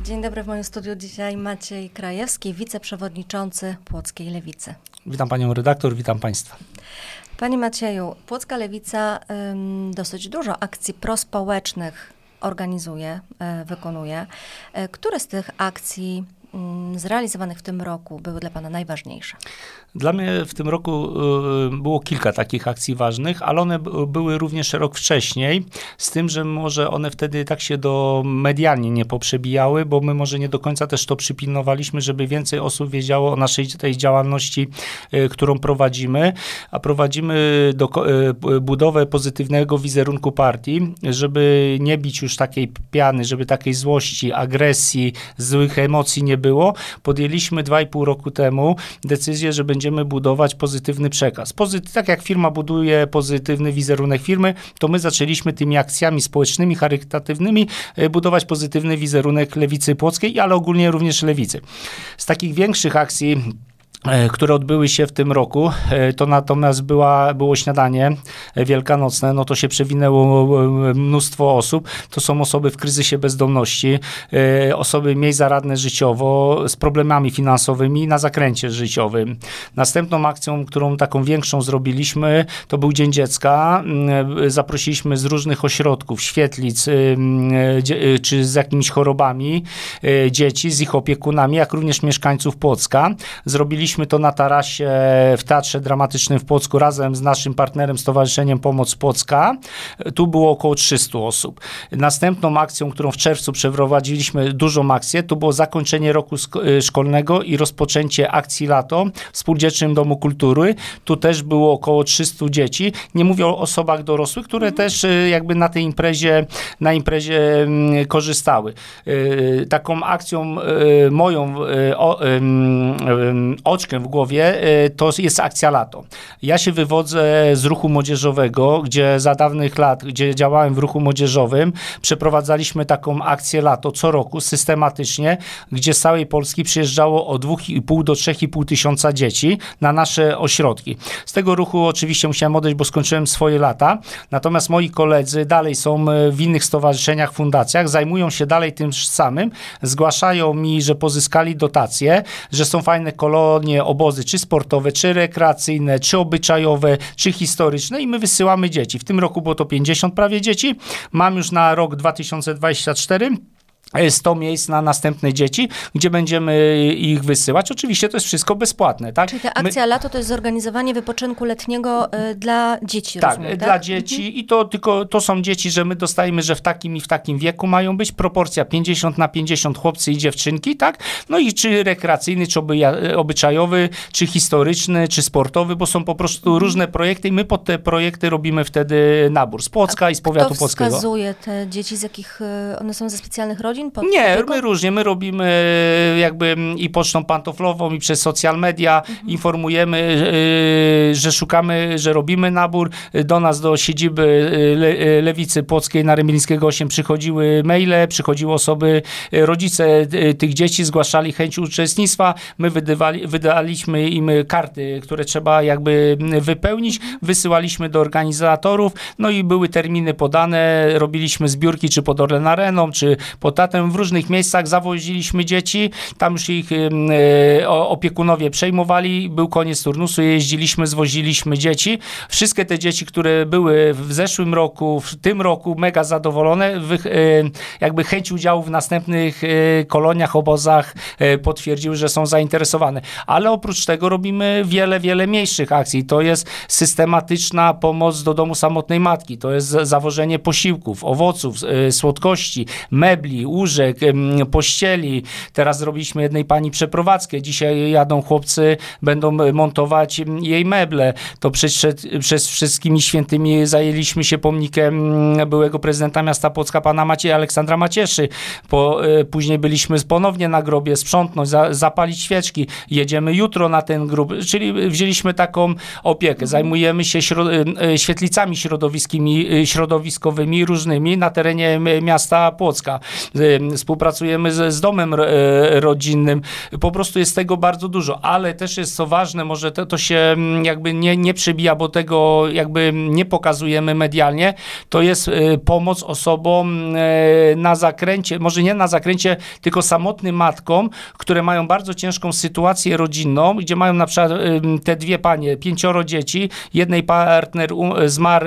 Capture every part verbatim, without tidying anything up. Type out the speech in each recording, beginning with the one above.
Dzień dobry, w moim studiu dzisiaj Maciej Krajewski, wiceprzewodniczący Płockiej Lewicy. Witam panią redaktor, witam państwa. Panie Macieju, Płocka Lewica ym, dosyć dużo akcji prospołecznych organizuje, y, wykonuje. Y, które z tych akcji y, zrealizowanych w tym roku były dla pana najważniejsze? Dla mnie w tym roku y, było kilka takich akcji ważnych, ale one b- były również rok wcześniej, z tym, że może one wtedy tak się do medialnie nie poprzebijały, bo my może nie do końca też to przypilnowaliśmy, żeby więcej osób wiedziało o naszej tej działalności, y, którą prowadzimy, a prowadzimy do, y, budowę pozytywnego wizerunku partii, żeby nie bić już takiej piany, żeby takiej złości, agresji, złych emocji nie było. Podjęliśmy dwa i pół roku temu decyzję, że będziemy budować pozytywny przekaz. Pozyty- tak jak firma buduje pozytywny wizerunek firmy, to my zaczęliśmy tymi akcjami społecznymi, charytatywnymi e, budować pozytywny wizerunek Lewicy Płockiej, ale ogólnie również Lewicy. Z takich większych akcji, które odbyły się w tym roku, to natomiast była, było śniadanie wielkanocne, no to się przewinęło mnóstwo osób. To są osoby w kryzysie bezdomności, osoby mniej zaradne życiowo, z problemami finansowymi na zakręcie życiowym. Następną akcją, którą taką większą zrobiliśmy, to był Dzień Dziecka. Zaprosiliśmy z różnych ośrodków, świetlic, czy z jakimiś chorobami dzieci, z ich opiekunami, jak również mieszkańców Płocka. Zrobiliśmy Robiliśmy to na tarasie w Teatrze Dramatycznym w Płocku razem z naszym partnerem Stowarzyszeniem Pomoc Płocka. Tu było około trzystu osób. Następną akcją, którą w czerwcu przeprowadziliśmy, dużą akcję, to było zakończenie roku szkolnego i rozpoczęcie akcji Lato w Spółdzielczym Domu Kultury. Tu też było około trzystu dzieci. Nie mówię o osobach dorosłych, które mhm. też jakby na tej imprezie, na imprezie korzystały. Taką akcją moją o, o w głowie, to jest akcja Lato. Ja się wywodzę z ruchu młodzieżowego, gdzie za dawnych lat, gdzie działałem w ruchu młodzieżowym, przeprowadzaliśmy taką akcję Lato co roku systematycznie, gdzie z całej Polski przyjeżdżało od dwa i pół do trzy i pół tysiąca dzieci na nasze ośrodki. Z tego ruchu oczywiście musiałem odejść, bo skończyłem swoje lata, natomiast moi koledzy dalej są w innych stowarzyszeniach, fundacjach, zajmują się dalej tym samym, zgłaszają mi, że pozyskali dotacje, że są fajne kolonie, obozy, czy sportowe, czy rekreacyjne, czy obyczajowe, czy historyczne i my wysyłamy dzieci. W tym roku było to pięćdziesiąt prawie dzieci. Mam już na rok dwa tysiące dwudziesty czwarty sto miejsc na następne dzieci, gdzie będziemy ich wysyłać. Oczywiście to jest wszystko bezpłatne, tak? Czyli ta akcja My... Lato to jest zorganizowanie wypoczynku letniego y, dla dzieci, tak, rozumiem, tak? dla dzieci mhm. i to tylko to są dzieci, że my dostajemy, że w takim i w takim wieku mają być. Proporcja pięćdziesiąt na pięćdziesiąt chłopcy i dziewczynki, tak? No i czy rekreacyjny, czy oby, obyczajowy, czy historyczny, czy sportowy, bo są po prostu mhm. różne projekty i my pod te projekty robimy wtedy nabór z Płocka A i z powiatu płockiego. Kto wskazuje te dzieci, z jakich one są ze specjalnych rodzin? Pod nie, tego? My różnie, my robimy jakby i pocztą pantoflową i przez social media mhm. informujemy, że szukamy, że robimy nabór. Do nas, do siedziby Le- Lewicy Płockiej na Remielińskiego osiem przychodziły maile, przychodziły osoby, rodzice tych dzieci zgłaszali chęć uczestnictwa. My wydawali, wydaliśmy im karty, które trzeba jakby wypełnić. Wysyłaliśmy do organizatorów, no i były terminy podane. Robiliśmy zbiórki czy pod Orlen Areną, czy pod Tatem w różnych miejscach, zawoziliśmy dzieci, tam już ich e, opiekunowie przejmowali, był koniec turnusu, jeździliśmy, zwoziliśmy dzieci. Wszystkie te dzieci, które były w zeszłym roku, w tym roku mega zadowolone, wy, e, jakby chęć udziału w następnych e, koloniach, obozach e, potwierdziły, że są zainteresowane. Ale oprócz tego robimy wiele, wiele mniejszych akcji. To jest systematyczna pomoc do domu samotnej matki, to jest zawożenie posiłków, owoców, e, słodkości, mebli, łóżek, pościeli. Teraz zrobiliśmy jednej pani przeprowadzkę. Dzisiaj jadą chłopcy, będą montować jej meble. To przed, przez wszystkimi świętymi zajęliśmy się pomnikiem byłego prezydenta miasta Płocka, pana Macieja Aleksandra Macieszy. Po, później byliśmy ponownie na grobie, sprzątnąć, za, zapalić świeczki. Jedziemy jutro na ten grób. Czyli wzięliśmy taką opiekę. Zajmujemy się środ- świetlicami środowiskimi, środowiskowymi różnymi na terenie miasta Płocka. współpracujemy z, z domem rodzinnym. Po prostu jest tego bardzo dużo, ale też jest co ważne, może to, to się jakby nie, nie przebija, bo tego jakby nie pokazujemy medialnie, to jest pomoc osobom na zakręcie, może nie na zakręcie, tylko samotnym matkom, które mają bardzo ciężką sytuację rodzinną, gdzie mają na przykład te dwie panie, pięcioro dzieci, jednej partner zmarł,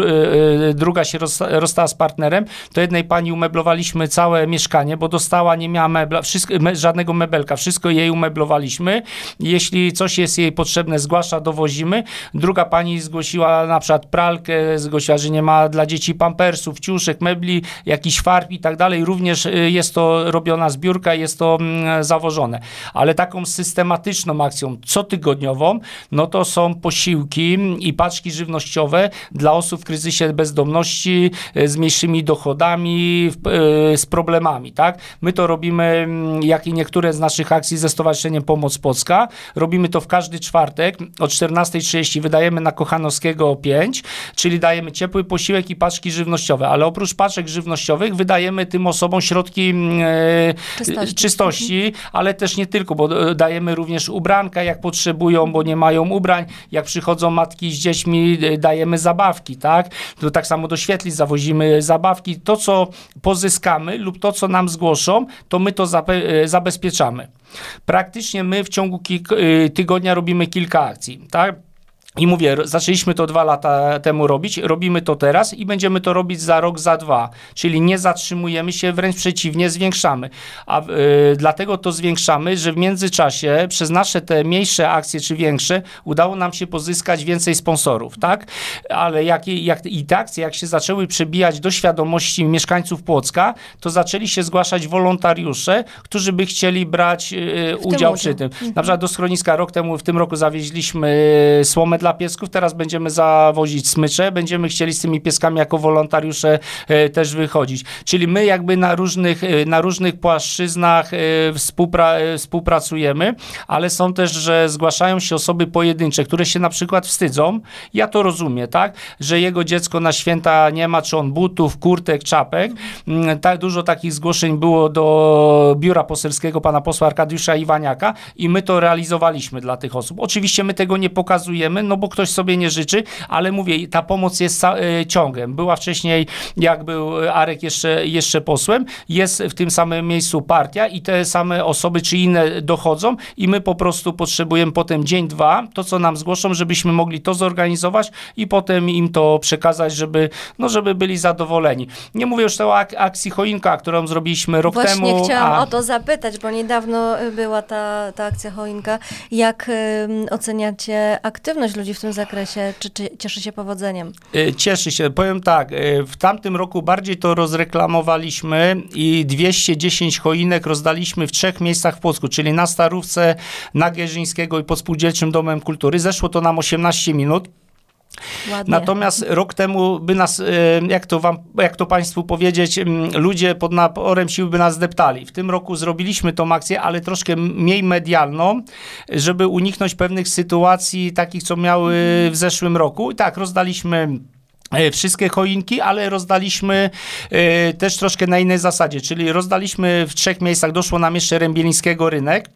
druga się rozstała z partnerem, to jednej pani umeblowaliśmy całe mieszkanie, bo dostała, nie miała mebla, wszystko, żadnego mebelka, wszystko jej umeblowaliśmy. Jeśli coś jest jej potrzebne, zgłasza, dowozimy. Druga pani zgłosiła na przykład pralkę, zgłosiła, że nie ma dla dzieci pampersów, ciuszek, mebli, jakiś farb i tak dalej. Również jest to robiona zbiórka, jest to zawożone. Ale taką systematyczną akcją cotygodniową, no to są posiłki i paczki żywnościowe dla osób w kryzysie bezdomności, z mniejszymi dochodami, z problemami, tak? My to robimy, jak i niektóre z naszych akcji ze Stowarzyszeniem Pomoc Polska. Robimy to w każdy czwartek o czternasta trzydzieści. Wydajemy na Kochanowskiego pięć, czyli dajemy ciepły posiłek i paczki żywnościowe, ale oprócz paczek żywnościowych wydajemy tym osobom środki e, czystości, czystości ale też nie tylko, bo dajemy również ubranka, jak potrzebują, bo nie mają ubrań. Jak przychodzą matki z dziećmi, dajemy zabawki, tak? To tak samo do świetlic zawozimy zabawki. To, co pozyskamy lub to, co nam zgłoszą, to my to zabe- zabezpieczamy. Praktycznie my w ciągu kilk- tygodnia robimy kilka akcji, tak? I mówię, zaczęliśmy to dwa lata temu robić, robimy to teraz i będziemy to robić za rok, za dwa. Czyli nie zatrzymujemy się, wręcz przeciwnie, zwiększamy. A y, dlatego to zwiększamy, że w międzyczasie przez nasze te mniejsze akcje czy większe udało nam się pozyskać więcej sponsorów, tak? Ale jak, jak i te akcje, jak się zaczęły przebijać do świadomości mieszkańców Płocka, to zaczęli się zgłaszać wolontariusze, którzy by chcieli brać y, udział przy tym. Mhm. Na przykład do schroniska rok temu, w tym roku zawieźliśmy słomę dla piesków, teraz będziemy zawozić smycze, będziemy chcieli z tymi pieskami jako wolontariusze e, też wychodzić. Czyli my jakby na różnych, e, na różnych płaszczyznach e, współpra, e, współpracujemy, ale są też, że zgłaszają się osoby pojedyncze, które się na przykład wstydzą. Ja to rozumiem, tak? Że jego dziecko na święta nie ma, czy on butów, kurtek, czapek. Mm, tak dużo takich zgłoszeń było do biura poselskiego pana posła Arkadiusza Iwaniaka i my to realizowaliśmy dla tych osób. Oczywiście my tego nie pokazujemy, no bo ktoś sobie nie życzy, ale mówię, ta pomoc jest y, ciągiem. Była wcześniej, jak był Arek jeszcze, jeszcze posłem, jest w tym samym miejscu partia i te same osoby czy inne dochodzą i my po prostu potrzebujemy potem dzień, dwa, to co nam zgłoszą, żebyśmy mogli to zorganizować i potem im to przekazać, żeby, no, żeby byli zadowoleni. Nie mówię już o ak- akcji Choinka, którą zrobiliśmy rok Właśnie temu. Właśnie chciałam a... o to zapytać, bo niedawno była ta, ta akcja Choinka. Jak y, oceniacie aktywność ludzi w tym zakresie? Czy, czy cieszy się powodzeniem? Cieszy się. Powiem tak, w tamtym roku bardziej to rozreklamowaliśmy i dwieście dziesięć choinek rozdaliśmy w trzech miejscach w Płocku, czyli na Starówce, na Gierzyńskiego i pod Spółdzielczym Domem Kultury. Zeszło to nam osiemnaście minut. Ładnie. Natomiast rok temu by nas, jak to wam, jak to państwu powiedzieć, ludzie pod naporem sił by nas zdeptali. W tym roku zrobiliśmy tą akcję, ale troszkę mniej medialną, żeby uniknąć pewnych sytuacji takich, co miały w zeszłym roku. I tak, rozdaliśmy wszystkie choinki, ale rozdaliśmy y, też troszkę na innej zasadzie, czyli rozdaliśmy w trzech miejscach, doszło nam jeszcze Rębielińskiego rynek,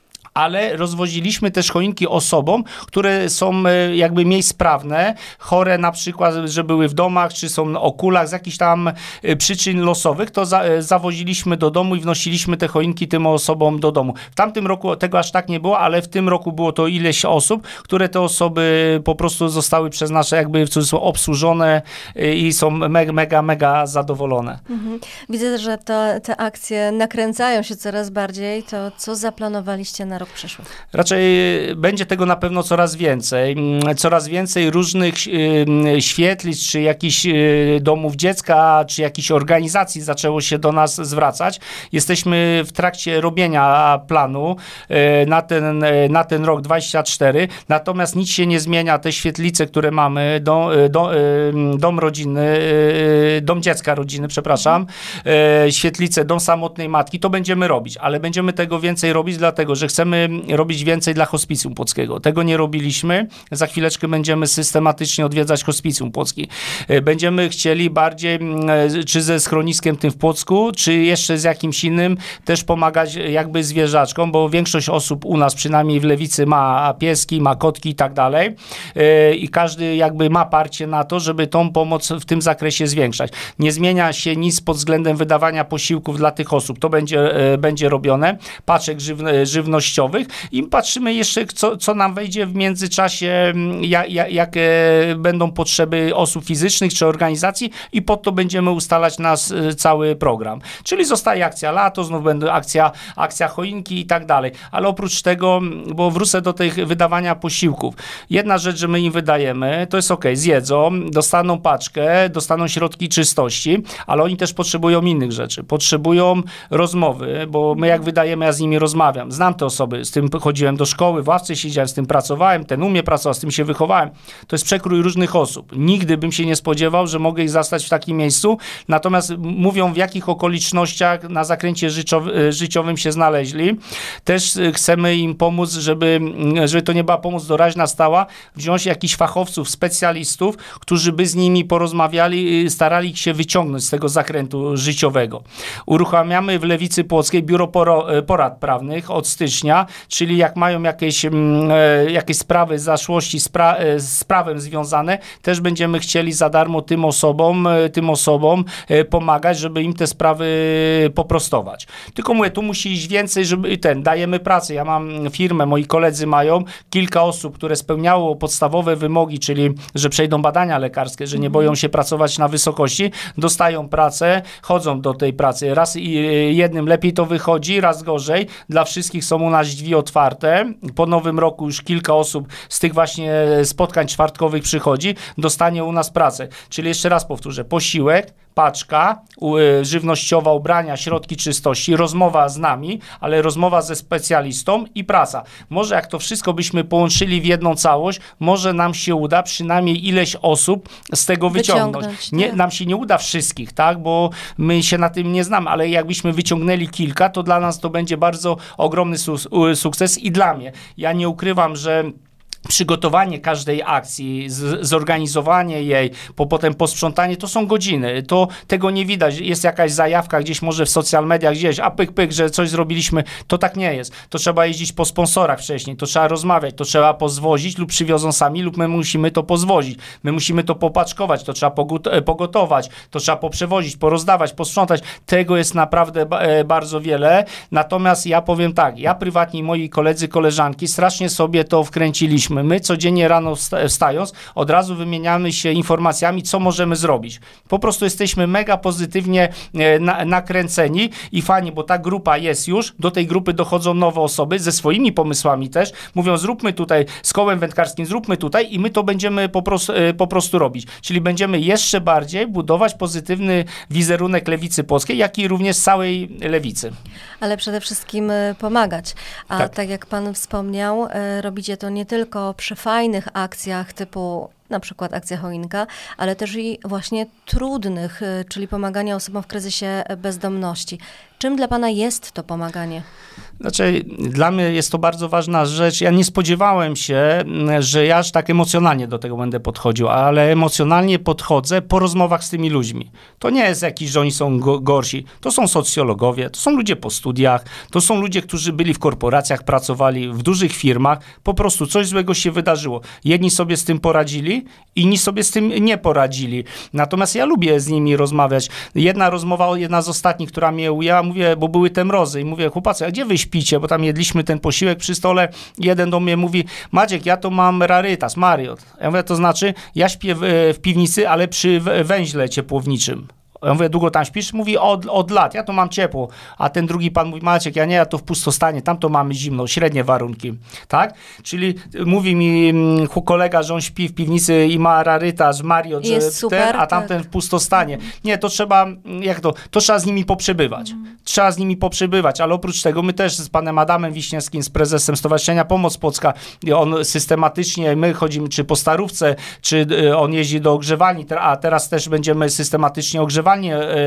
ale rozwoziliśmy też choinki osobom, które są jakby mniej sprawne, chore na przykład, że były w domach, czy są o kulach z jakichś tam przyczyn losowych, to za, zawoziliśmy do domu i wnosiliśmy te choinki tym osobom do domu. W tamtym roku tego aż tak nie było, ale w tym roku było to ileś osób, które te osoby po prostu zostały przez nasze jakby w cudzysłowie obsłużone i są mega, mega, mega zadowolone. Mhm. Widzę, że to, te akcje nakręcają się coraz bardziej. To co zaplanowaliście na rok przyszły? Raczej będzie tego na pewno coraz więcej. Coraz więcej różnych y, świetlic, czy jakichś y, domów dziecka, czy jakichś organizacji zaczęło się do nas zwracać. Jesteśmy w trakcie robienia planu y, na, ten, y, na ten rok dwudziesty czwarty, natomiast nic się nie zmienia. Te świetlice, które mamy, dom, dom, dom rodziny, dom dziecka rodziny, przepraszam, y, świetlice, dom samotnej matki, to będziemy robić, ale będziemy tego więcej robić, dlatego, że chcemy chcemy robić więcej dla Hospicjum Płockiego. Tego nie robiliśmy. Za chwileczkę będziemy systematycznie odwiedzać Hospicjum Płocki. Będziemy chcieli bardziej, czy ze schroniskiem tym w Płocku, czy jeszcze z jakimś innym, też pomagać jakby zwierzaczkom, bo większość osób u nas, przynajmniej w Lewicy, ma pieski, ma kotki i tak dalej. I każdy jakby ma parcie na to, żeby tą pomoc w tym zakresie zwiększać. Nie zmienia się nic pod względem wydawania posiłków dla tych osób. To będzie, będzie robione. Paczek żyw- żywnościowych i patrzymy jeszcze, co, co nam wejdzie w międzyczasie, jak, jak, jakie będą potrzeby osób fizycznych czy organizacji i pod to będziemy ustalać nas cały program. Czyli zostaje akcja lato, znów będzie akcja, akcja choinki i tak dalej. Ale oprócz tego, bo wrócę do tych wydawania posiłków. Jedna rzecz, że my im wydajemy, to jest ok, zjedzą, dostaną paczkę, dostaną środki czystości, ale oni też potrzebują innych rzeczy. Potrzebują rozmowy, bo my jak wydajemy, ja z nimi rozmawiam. Znam te osoby, z tym chodziłem do szkoły, w ławce siedziałem, z tym pracowałem, ten umie pracować, z tym się wychowałem. To jest przekrój różnych osób. Nigdy bym się nie spodziewał, że mogę ich zastać w takim miejscu, natomiast mówią, w jakich okolicznościach na zakręcie życiow- życiowym się znaleźli. Też chcemy im pomóc, żeby, żeby to nie była pomoc doraźna, stała, wziąć jakichś fachowców, specjalistów, którzy by z nimi porozmawiali, starali się wyciągnąć z tego zakrętu życiowego. Uruchamiamy w Lewicy Płockiej biuro poro- porad prawnych od stycznia, czyli jak mają jakieś, jakieś sprawy, zaszłości spra- z prawem związane, też będziemy chcieli za darmo tym osobom, tym osobom pomagać, żeby im te sprawy poprostować. Tylko mówię, tu musi iść więcej, żeby ten, dajemy pracę. Ja mam firmę, moi koledzy mają kilka osób, które spełniało podstawowe wymogi, czyli że przejdą badania lekarskie, że nie boją się pracować na wysokości, dostają pracę, chodzą do tej pracy. Raz jednym lepiej to wychodzi, raz gorzej. Dla wszystkich są u nas drzwi otwarte. Po nowym roku już kilka osób z tych właśnie spotkań czwartkowych przychodzi, dostanie u nas pracę. Czyli jeszcze raz powtórzę, posiłek, paczka y, żywnościowa, ubrania, środki czystości, rozmowa z nami, ale rozmowa ze specjalistą i praca. Może jak to wszystko byśmy połączyli w jedną całość, może nam się uda przynajmniej ileś osób z tego wyciągnąć. Wyciągnąć, nie, tak. Nam się nie uda wszystkich, tak, bo my się na tym nie znamy, ale jakbyśmy wyciągnęli kilka, to dla nas to będzie bardzo ogromny su- sukces i dla mnie. Ja nie ukrywam, że przygotowanie każdej akcji, z, zorganizowanie jej, po, potem posprzątanie, to są godziny. To tego nie widać. Jest jakaś zajawka gdzieś może w social mediach, gdzieś, a pyk, pyk, że coś zrobiliśmy. To tak nie jest. To trzeba jeździć po sponsorach wcześniej, to trzeba rozmawiać, to trzeba pozwozić lub przywiozą sami, lub my musimy to pozwozić. My musimy to popaczkować, to trzeba pogot- pogotować, to trzeba poprzewozić, porozdawać, posprzątać. Tego jest naprawdę ba- bardzo wiele. Natomiast ja powiem tak, ja prywatnie i moi koledzy, koleżanki strasznie sobie to wkręciliśmy. My codziennie rano wstając, od razu wymieniamy się informacjami, co możemy zrobić. Po prostu jesteśmy mega pozytywnie na, nakręceni i fajnie, bo ta grupa jest już, do tej grupy dochodzą nowe osoby ze swoimi pomysłami też, mówią zróbmy tutaj z kołem wędkarskim, zróbmy tutaj i my to będziemy po prostu, po prostu robić. Czyli będziemy jeszcze bardziej budować pozytywny wizerunek Lewicy Płockiej, jak i również całej Lewicy. Ale przede wszystkim pomagać. A tak, Tak. jak pan wspomniał, robicie to nie tylko przy fajnych akcjach typu na przykład akcja choinka, ale też i właśnie trudnych, czyli pomagania osobom w kryzysie bezdomności. Czym dla pana jest to pomaganie? Znaczy, dla mnie jest to bardzo ważna rzecz. Ja nie spodziewałem się, że ja aż tak emocjonalnie do tego będę podchodził, ale emocjonalnie podchodzę po rozmowach z tymi ludźmi. To nie jest jakiś, że oni są go- gorsi. To są socjologowie, to są ludzie po studiach, to są ludzie, którzy byli w korporacjach, pracowali w dużych firmach. Po prostu coś złego się wydarzyło. Jedni sobie z tym poradzili, inni sobie z tym nie poradzili. Natomiast ja lubię z nimi rozmawiać. Jedna rozmowa, jedna z ostatnich, która mnie ujęła, mówię, bo były te mrozy i mówię, chłopacy, a gdzie wy śpicie? Bo tam jedliśmy ten posiłek przy stole. Jeden do mnie mówi, Maciek, ja to mam rarytas, Mariot. Ja mówię, to znaczy, ja śpię w, w piwnicy, ale przy węźle ciepłowniczym. Ja mówię, długo tam śpisz? Mówi, od, od lat, ja to mam ciepło. A ten drugi pan mówi, Maciek, ja nie, ja to w pustostanie, tam to mamy zimno, średnie warunki, tak? Czyli mówi mi mm, kolega, że on śpi w piwnicy i ma rarytas, Mariot, że Jest super, ten, a tamten tak. w pustostanie. Nie, to trzeba, jak to, to trzeba z nimi poprzebywać. Mm. Trzeba z nimi poprzebywać, ale oprócz tego my też z panem Adamem Wiśniewskim, z prezesem Stowarzyszenia Pomoc Płocka, on systematycznie, my chodzimy czy po Starówce, czy on jeździ do ogrzewalni, a teraz też będziemy systematycznie ogrzewali ewentualnie e,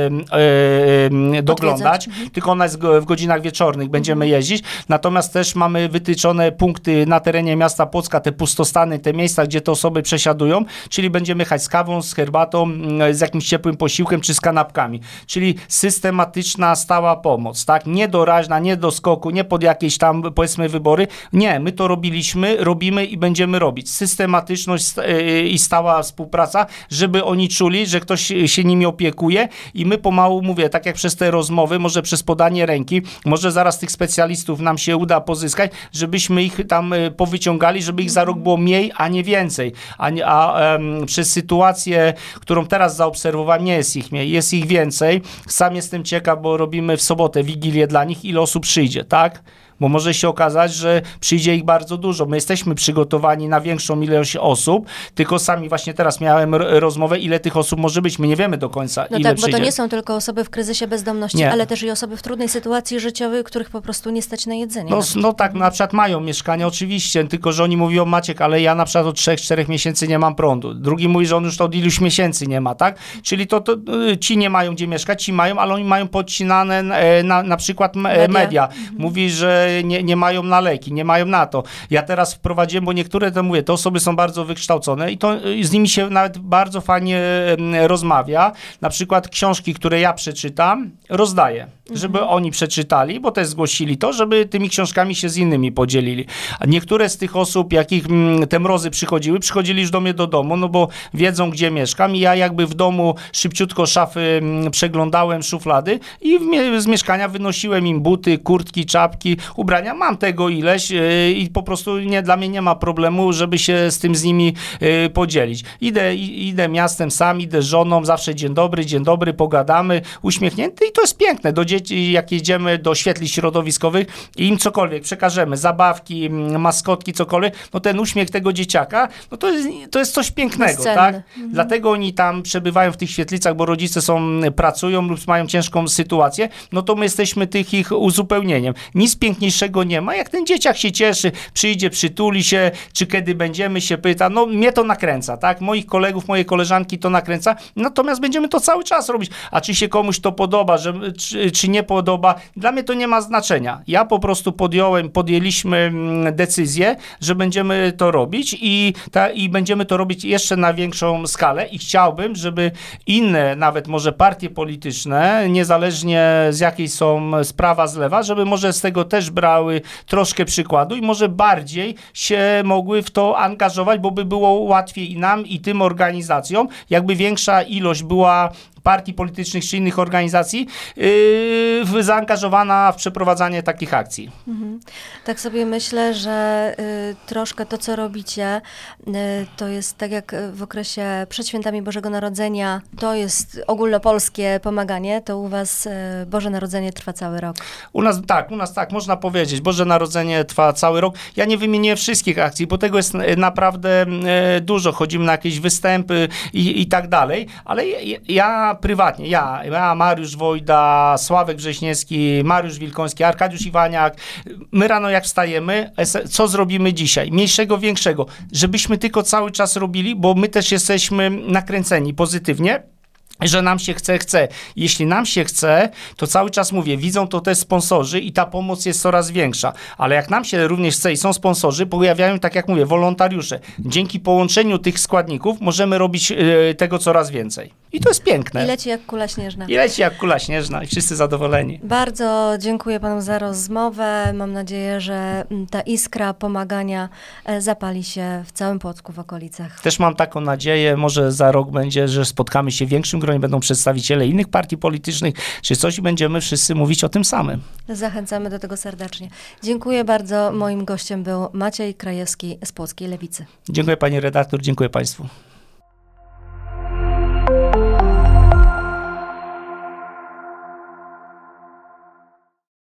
e, doglądać, mhm. tylko ona jest w godzinach wieczornych, będziemy mhm. jeździć. Natomiast też mamy wytyczone punkty na terenie miasta Płocka, te pustostany, te miejsca, gdzie te osoby przesiadują, czyli będziemy jechać z kawą, z herbatą, z jakimś ciepłym posiłkiem, czy z kanapkami. Czyli systematyczna, stała pomoc, tak? Nie doraźna, nie do skoku, nie pod jakieś tam, powiedzmy, wybory. Nie, my to robiliśmy, robimy i będziemy robić. Systematyczność i stała współpraca, żeby oni czuli, że ktoś się nimi opiekuje i my pomału, mówię, tak jak przez te rozmowy, może przez podanie ręki, może zaraz tych specjalistów nam się uda pozyskać, żebyśmy ich tam powyciągali, żeby ich za rok było mniej, a nie więcej. A, a um, przez sytuację, którą teraz zaobserwowałem, nie jest ich mniej, jest ich więcej. Sam jestem ciekaw, bo robimy w sobotę wigilię dla nich, ile osób przyjdzie, tak? Bo może się okazać, że przyjdzie ich bardzo dużo. My jesteśmy przygotowani na większą ilość osób, tylko sami właśnie teraz miałem rozmowę, ile tych osób może być. My nie wiemy do końca, no ile tak, przyjdzie. Bo to nie są tylko osoby w kryzysie bezdomności, nie. ale też i osoby w trudnej sytuacji życiowej, których po prostu nie stać na jedzenie. No, no tak, na przykład mają mieszkania, oczywiście, tylko że oni mówią, Maciek, ale ja na przykład od trzech, czterech miesięcy nie mam prądu. Drugi mówi, że on już to od iluś miesięcy nie ma, tak? Czyli to, to ci nie mają gdzie mieszkać, ci mają, ale oni mają podcinane na, na przykład media. media. Mhm. Mówi, że Nie, nie mają na leki, nie mają na to. Ja teraz wprowadziłem, bo niektóre, to mówię, te osoby są bardzo wykształcone i to z nimi się nawet bardzo fajnie rozmawia. Na przykład książki, które ja przeczytam, rozdaję, żeby mhm. oni przeczytali, bo też zgłosili to, żeby tymi książkami się z innymi podzielili. A niektóre z tych osób, jakich te mrozy przychodziły, przychodzili już do mnie do domu, no bo wiedzą, gdzie mieszkam i ja jakby w domu szybciutko szafy przeglądałem, szuflady i z mieszkania wynosiłem im buty, kurtki, czapki, ubrania. Mam tego ileś yy, i po prostu nie, dla mnie nie ma problemu, żeby się z tym z nimi yy, podzielić. Idę, i, idę miastem sam, idę z żoną, zawsze dzień dobry, dzień dobry, pogadamy, uśmiechnięty i to jest piękne. Do dzieci, jak jedziemy do świetli środowiskowych i im cokolwiek przekażemy, zabawki, maskotki, cokolwiek, no ten uśmiech tego dzieciaka, no to jest, to jest coś pięknego, tak? Mhm. Dlatego oni tam przebywają w tych świetlicach, bo rodzice są, pracują lub mają ciężką sytuację, no to my jesteśmy tych ich uzupełnieniem. Nic piękniejszego nie ma, jak ten dzieciak się cieszy, przyjdzie, przytuli się, czy kiedy będziemy, się pyta, no mnie to nakręca, tak? Moich kolegów, moje koleżanki to nakręca, natomiast będziemy to cały czas robić. A czy się komuś to podoba, że, czy, czy nie podoba, dla mnie to nie ma znaczenia. Ja po prostu podjąłem, podjęliśmy decyzję, że będziemy to robić i, ta, i będziemy to robić jeszcze na większą skalę i chciałbym, żeby inne, nawet może partie polityczne, niezależnie z jakiej są z prawa, z lewa, żeby może z tego też brały troszkę przykładu i może bardziej się mogły w to angażować, bo by było łatwiej i nam, i tym organizacjom, jakby większa ilość była partii politycznych czy innych organizacji yy, zaangażowana w przeprowadzanie takich akcji. Mhm. Tak sobie myślę, że y, troszkę to, co robicie, y, to jest tak jak w okresie przed świętami Bożego Narodzenia, to jest ogólnopolskie pomaganie, to u was y, Boże Narodzenie trwa cały rok. U nas tak, u nas tak, można powiedzieć. Boże Narodzenie trwa cały rok. Ja nie wymienię wszystkich akcji, bo tego jest naprawdę y, dużo. Chodzimy na jakieś występy i, i tak dalej, ale ja, ja prywatnie, ja, ja, Mariusz Wojda, Sławek Wrześniewski, Mariusz Wilkoński, Arkadiusz Iwaniak, my rano jak wstajemy, co zrobimy dzisiaj? Mniejszego, większego. Żebyśmy tylko cały czas robili, bo my też jesteśmy nakręceni pozytywnie, że nam się chce, chce. Jeśli nam się chce, to cały czas mówię, widzą to też sponsorzy i ta pomoc jest coraz większa. Ale jak nam się również chce i są sponsorzy, pojawiają, tak jak mówię, wolontariusze. Dzięki połączeniu tych składników możemy robić y, tego coraz więcej. I to jest piękne. I leci jak kula śnieżna. I leci jak kula śnieżna i wszyscy zadowoleni. Bardzo dziękuję panu za rozmowę. Mam nadzieję, że ta iskra pomagania zapali się w całym Płocku, w okolicach. Też mam taką nadzieję, może za rok będzie, że spotkamy się w większym gronie, będą przedstawiciele innych partii politycznych, czy coś i będziemy wszyscy mówić o tym samym. Zachęcamy do tego serdecznie. Dziękuję bardzo. Moim gościem był Maciej Krajewski z Płockiej Lewicy. Dziękuję pani redaktor, dziękuję państwu.